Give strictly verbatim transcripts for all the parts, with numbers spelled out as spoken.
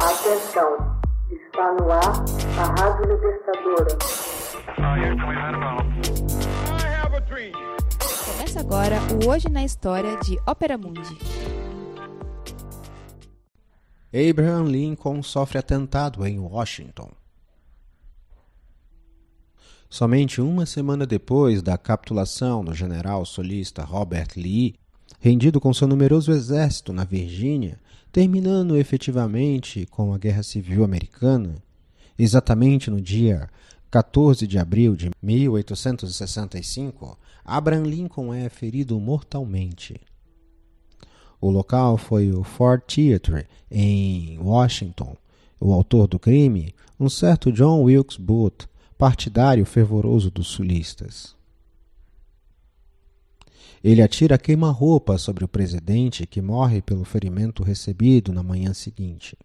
Atenção, está no ar a Rádio Libertadora. Começa agora o Hoje na História de Ópera Mundi. Abraham Lincoln sofre atentado em Washington. Somente uma semana depois da capitulação do general solista Robert Lee, rendido com seu numeroso exército na Virgínia, terminando efetivamente com a Guerra Civil Americana, exatamente no dia quatorze de abril de mil oitocentos e sessenta e cinco, Abraham Lincoln é ferido mortalmente. O local foi o Ford Theatre, em Washington. O autor do crime, um certo John Wilkes Booth, partidário fervoroso dos sulistas. Ele atira queima-roupa sobre o presidente, que morre pelo ferimento recebido na manhã seguinte.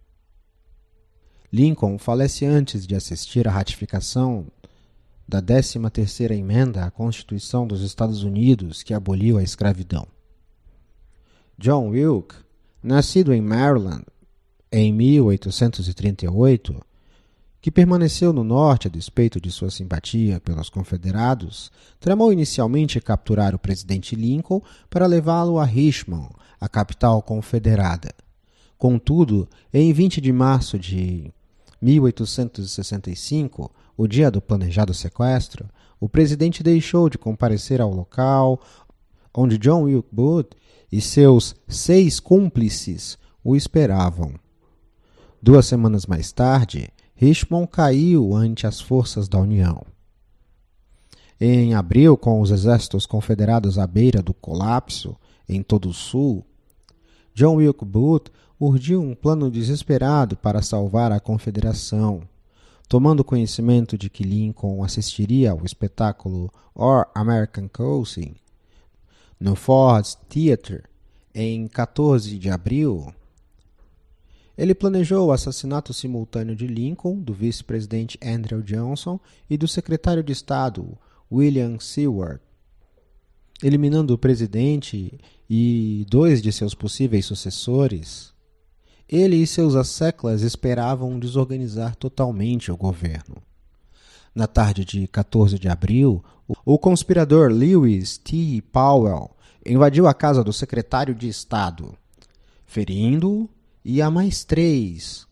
Lincoln falece antes de assistir à ratificação da décima terceira emenda à Constituição dos Estados Unidos, que aboliu a escravidão. John Wilkes, nascido em Maryland em mil oitocentos e trinta e oito, que permaneceu no norte a despeito de sua simpatia pelos confederados, tramou inicialmente capturar o presidente Lincoln para levá-lo a Richmond, a capital confederada. Contudo, em vinte de março de mil oitocentos e sessenta e cinco, o dia do planejado sequestro, o presidente deixou de comparecer ao local onde John Wilkes Booth e seus seis cúmplices o esperavam. Duas semanas mais tarde, Richmond caiu ante as forças da União. Em abril, com os exércitos confederados à beira do colapso em todo o sul, John Wilkes Booth urdiu um plano desesperado para salvar a confederação. Tomando conhecimento de que Lincoln assistiria ao espetáculo Our American Cousin no Ford Theatre em quatorze de abril, ele planejou o assassinato simultâneo de Lincoln, do vice-presidente Andrew Johnson e do secretário de Estado, William Seward, eliminando o presidente e dois de seus possíveis sucessores. Ele e seus asseclas esperavam desorganizar totalmente o governo. Na tarde de quatorze de abril, o conspirador Lewis T. Powell invadiu a casa do secretário de Estado, ferindo-o e a mais três.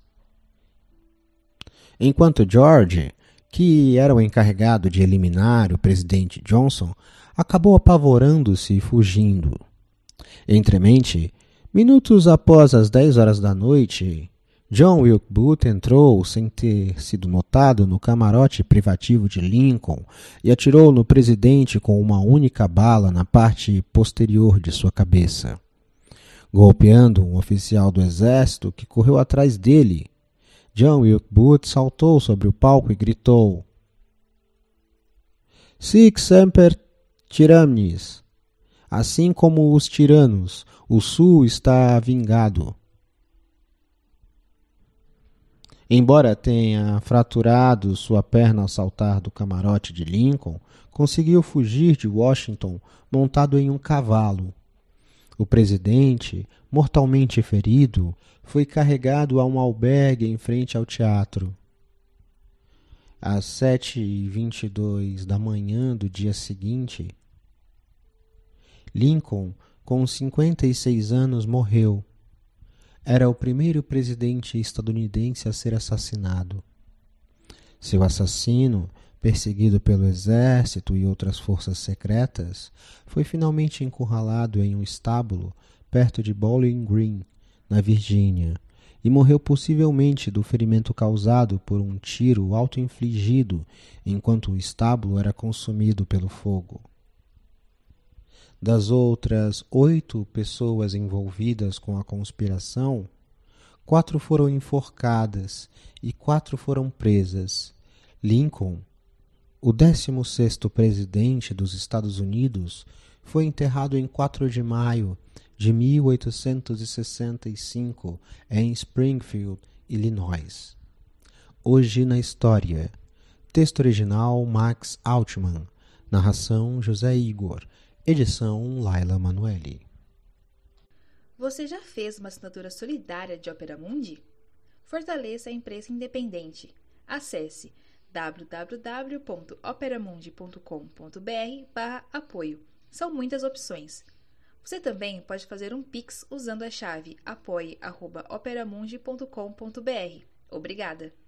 Enquanto George, que era o encarregado de eliminar o presidente Johnson, acabou apavorando-se e fugindo. Entremente, minutos após as dez horas da noite, John Wilkes Booth entrou, sem ter sido notado, no camarote privativo de Lincoln e atirou no presidente com uma única bala na parte posterior de sua cabeça, golpeando um oficial do exército que correu atrás dele. John Wilkes Booth saltou sobre o palco e gritou: Sic semper tyrannis. Assim como os tiranos, o Sul está vingado. Embora tenha fraturado sua perna ao saltar do camarote de Lincoln, conseguiu fugir de Washington montado em um cavalo. O presidente, mortalmente ferido, foi carregado a um albergue em frente ao teatro. Às sete e vinte e dois da manhã do dia seguinte, Lincoln, com cinquenta e seis anos, morreu. Era o primeiro presidente estadunidense a ser assassinado. Seu assassino, perseguido pelo exército e outras forças secretas, foi finalmente encurralado em um estábulo perto de Bowling Green, na Virgínia, e morreu possivelmente do ferimento causado por um tiro auto-infligido enquanto o estábulo era consumido pelo fogo. Das outras oito pessoas envolvidas com a conspiração, quatro foram enforcadas e quatro foram presas. Lincoln, o décimo sexto presidente dos Estados Unidos, foi enterrado em quatro de maio de mil oitocentos e sessenta e cinco em Springfield, Illinois. Hoje na História. Texto original Max Altman. Narração José Igor. Edição Laila Manoeli. Você já fez uma assinatura solidária de Ópera Mundi? Fortaleça a imprensa independente. Acesse w w w ponto operamundi ponto com ponto b r barra apoio. São muitas opções. Você também pode fazer um Pix usando a chave apoie arroba operamundi ponto com ponto b r. Obrigada!